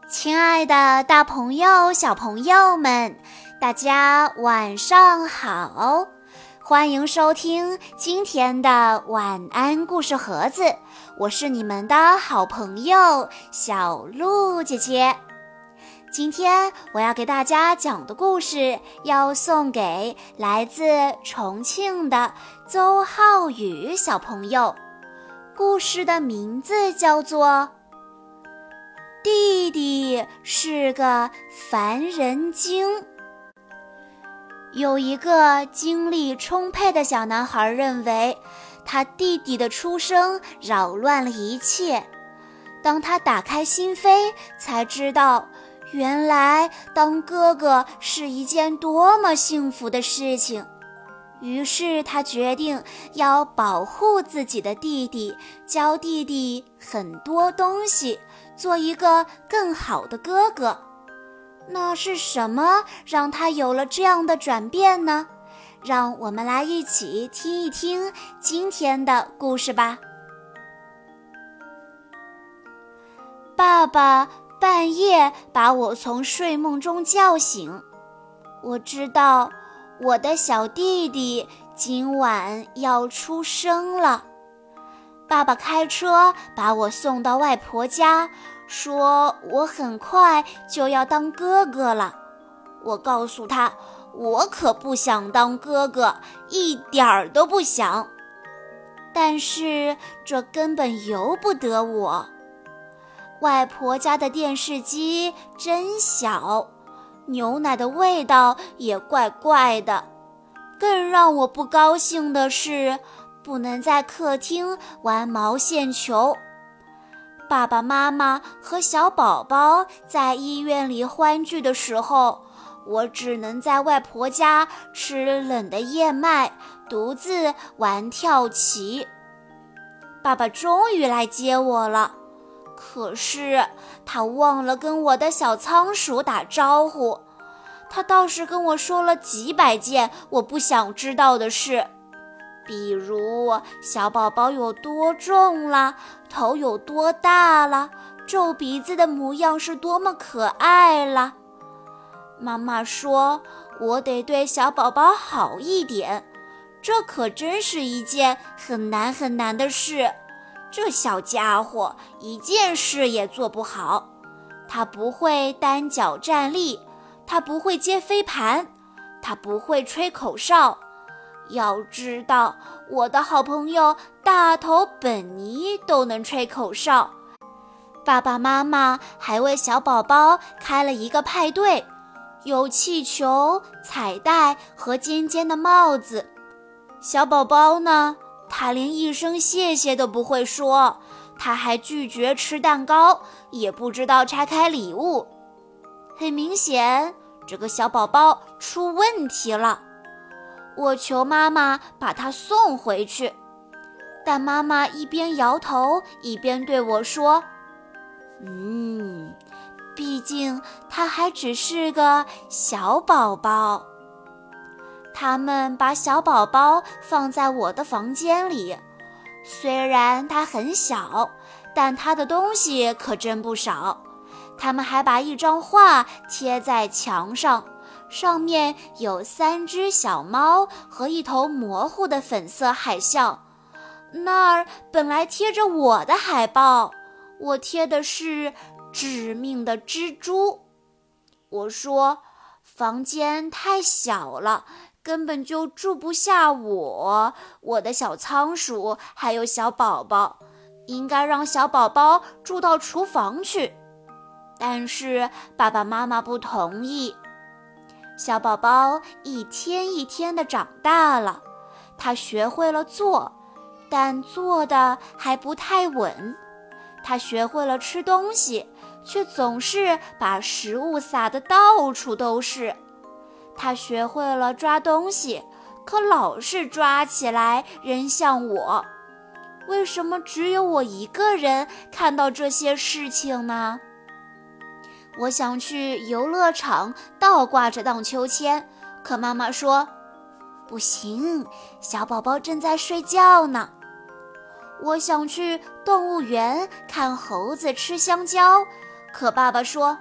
亲爱的大朋友、小朋友们，大家晚上好！欢迎收听今天的晚安故事盒子，我是你们的好朋友小鹿姐姐。今天我要给大家讲的故事要送给来自重庆的邹浩宇小朋友，故事的名字叫做弟弟是个烦人精。有一个精力充沛的小男孩认为他弟弟的出生扰乱了一切，当他打开心扉，才知道原来当哥哥是一件多么幸福的事情。于是他决定要保护自己的弟弟，教弟弟很多东西，做一个更好的哥哥。那是什么让他有了这样的转变呢？让我们来一起听一听今天的故事吧。爸爸半夜把我从睡梦中叫醒，我知道我的小弟弟今晚要出生了。爸爸开车把我送到外婆家，说我很快就要当哥哥了。我告诉他，我可不想当哥哥，一点儿都不想。但是这根本由不得我。外婆家的电视机真小，牛奶的味道也怪怪的。更让我不高兴的是，不能在客厅玩毛线球。爸爸妈妈和小宝宝在医院里欢聚的时候，我只能在外婆家吃冷的燕麦，独自玩跳棋。爸爸终于来接我了，可是他忘了跟我的小仓鼠打招呼。他倒是跟我说了几百件我不想知道的事，比如小宝宝有多重了，头有多大了，皱鼻子的模样是多么可爱了。妈妈说我得对小宝宝好一点，这可真是一件很难很难的事。这小家伙一件事也做不好，他不会单脚站立，他不会接飞盘，他不会吹口哨。要知道，我的好朋友大头本尼都能吹口哨。爸爸妈妈还为小宝宝开了一个派对，有气球、彩带和尖尖的帽子。小宝宝呢，他连一声谢谢都不会说，他还拒绝吃蛋糕，也不知道拆开礼物。很明显，这个小宝宝出问题了。我求妈妈把他送回去，但妈妈一边摇头一边对我说，毕竟他还只是个小宝宝。他们把小宝宝放在我的房间里，虽然他很小，但他的东西可真不少。他们还把一张画贴在墙上，上面有3只小猫和一头模糊的粉色海象。那儿本来贴着我的海报，我贴的是致命的蜘蛛。我说，房间太小了，根本就住不下我的小仓鼠还有小宝宝，应该让小宝宝住到厨房去。但是爸爸妈妈不同意。小宝宝一天一天地长大了，他学会了坐，但坐的还不太稳。他学会了吃东西，却总是把食物撒得到处都是。他学会了抓东西，可老是抓起来扔向我。为什么只有我一个人看到这些事情呢？我想去游乐场倒挂着荡秋千，可妈妈说，不行，小宝宝正在睡觉呢。我想去动物园看猴子吃香蕉， 可爸爸说，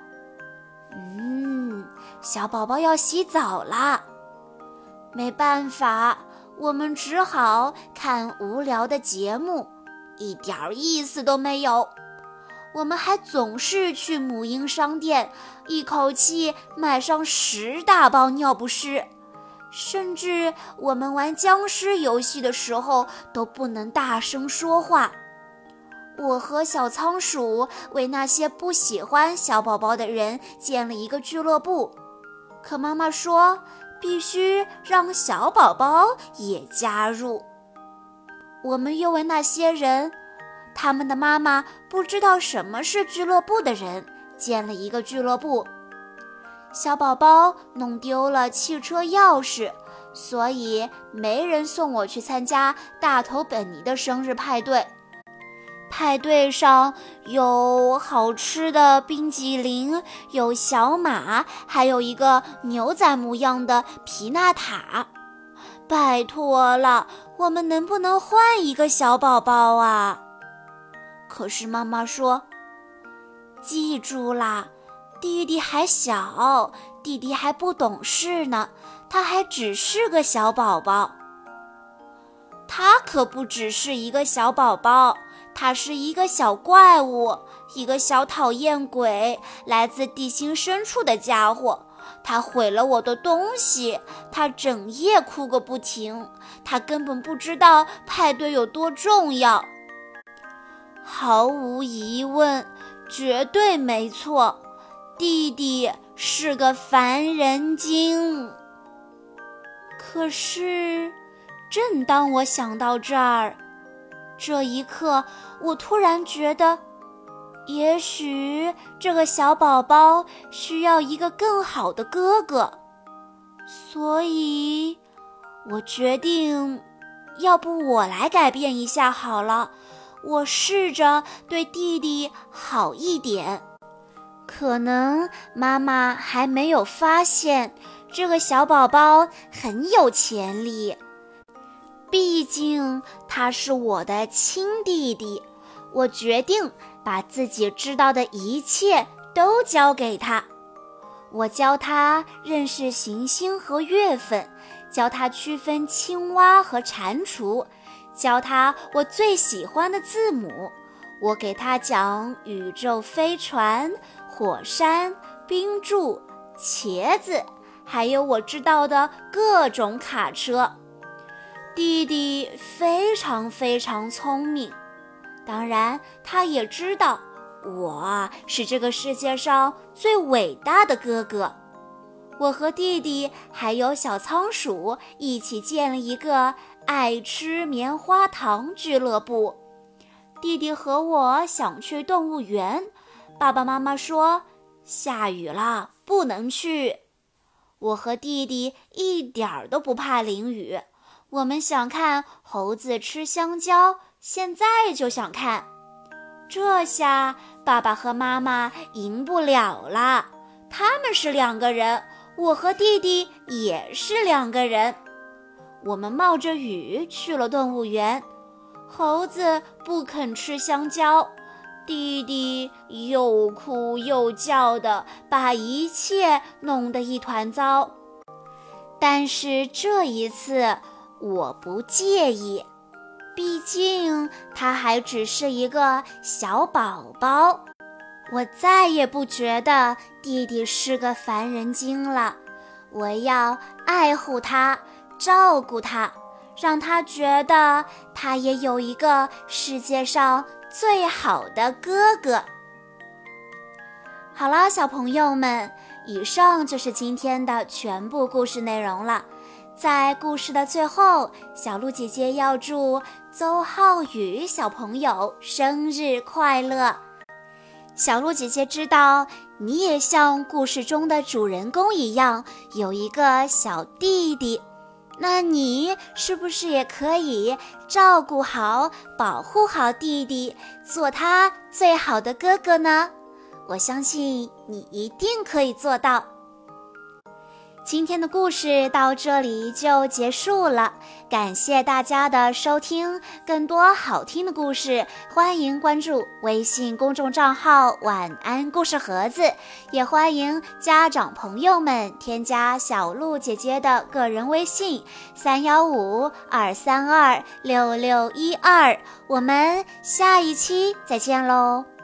小宝宝要洗澡啦。没办法，我们只好看无聊的节目，一点意思都没有。我们还总是去母婴商店，一口气买上10大包尿不湿，甚至我们玩僵尸游戏的时候都不能大声说话。我和小仓鼠为那些不喜欢小宝宝的人建了一个俱乐部，可妈妈说必须让小宝宝也加入。我们又为那些人，他们的妈妈不知道什么是俱乐部的人，建了一个俱乐部。小宝宝弄丢了汽车钥匙，所以没人送我去参加大头本尼的生日派对。派对上有好吃的冰激凌，有小马，还有一个牛仔模样的皮纳塔。拜托了，我们能不能换一个小宝宝啊？可是妈妈说，记住啦，弟弟还小，弟弟还不懂事呢，他还只是个小宝宝。他可不只是一个小宝宝，他是一个小怪物，一个小讨厌鬼，来自地心深处的家伙。他毁了我的东西，他整夜哭个不停，他根本不知道派对有多重要。毫无疑问，绝对没错，弟弟是个烦人精。可是正当我想到这儿，这一刻我突然觉得，也许这个小宝宝需要一个更好的哥哥，所以我决定，要不我来改变一下好了，我试着对弟弟好一点。可能妈妈还没有发现这个小宝宝很有潜力，毕竟他是我的亲弟弟，我决定把自己知道的一切都教给他。我教他认识行星和月份，教他区分青蛙和蟾蜍，教他我最喜欢的字母。我给他讲宇宙飞船、火山、冰柱、茄子，还有我知道的各种卡车。弟弟非常非常聪明，当然他也知道我是这个世界上最伟大的哥哥。我和弟弟还有小仓鼠一起建了一个爱吃棉花糖俱乐部。弟弟和我想去动物园，爸爸妈妈说下雨了，不能去。我和弟弟一点都不怕淋雨，我们想看猴子吃香蕉，现在就想看。这下爸爸和妈妈赢不了了，他们是2个人，我和弟弟也是2个人。我们冒着雨去了动物园，猴子不肯吃香蕉，弟弟又哭又叫的，把一切弄得一团糟。但是这一次我不介意，毕竟他还只是一个小宝宝。我再也不觉得弟弟是个烦人精了，我要爱护他，照顾他，让他觉得他也有一个世界上最好的哥哥。好了，小朋友们，以上就是今天的全部故事内容了。在故事的最后，小鹿姐姐要祝邹浩宇小朋友生日快乐。小鹿姐姐知道你也像故事中的主人公一样有一个小弟弟，那你是不是也可以照顾好、保护好弟弟，做他最好的哥哥呢？我相信你一定可以做到。 今天的故事到这里就结束了，感谢大家的收听。更多好听的故事，欢迎关注微信公众账号晚安故事盒子，也欢迎家长朋友们添加小鹿姐姐的个人微信315-232-6612，我们下一期再见喽。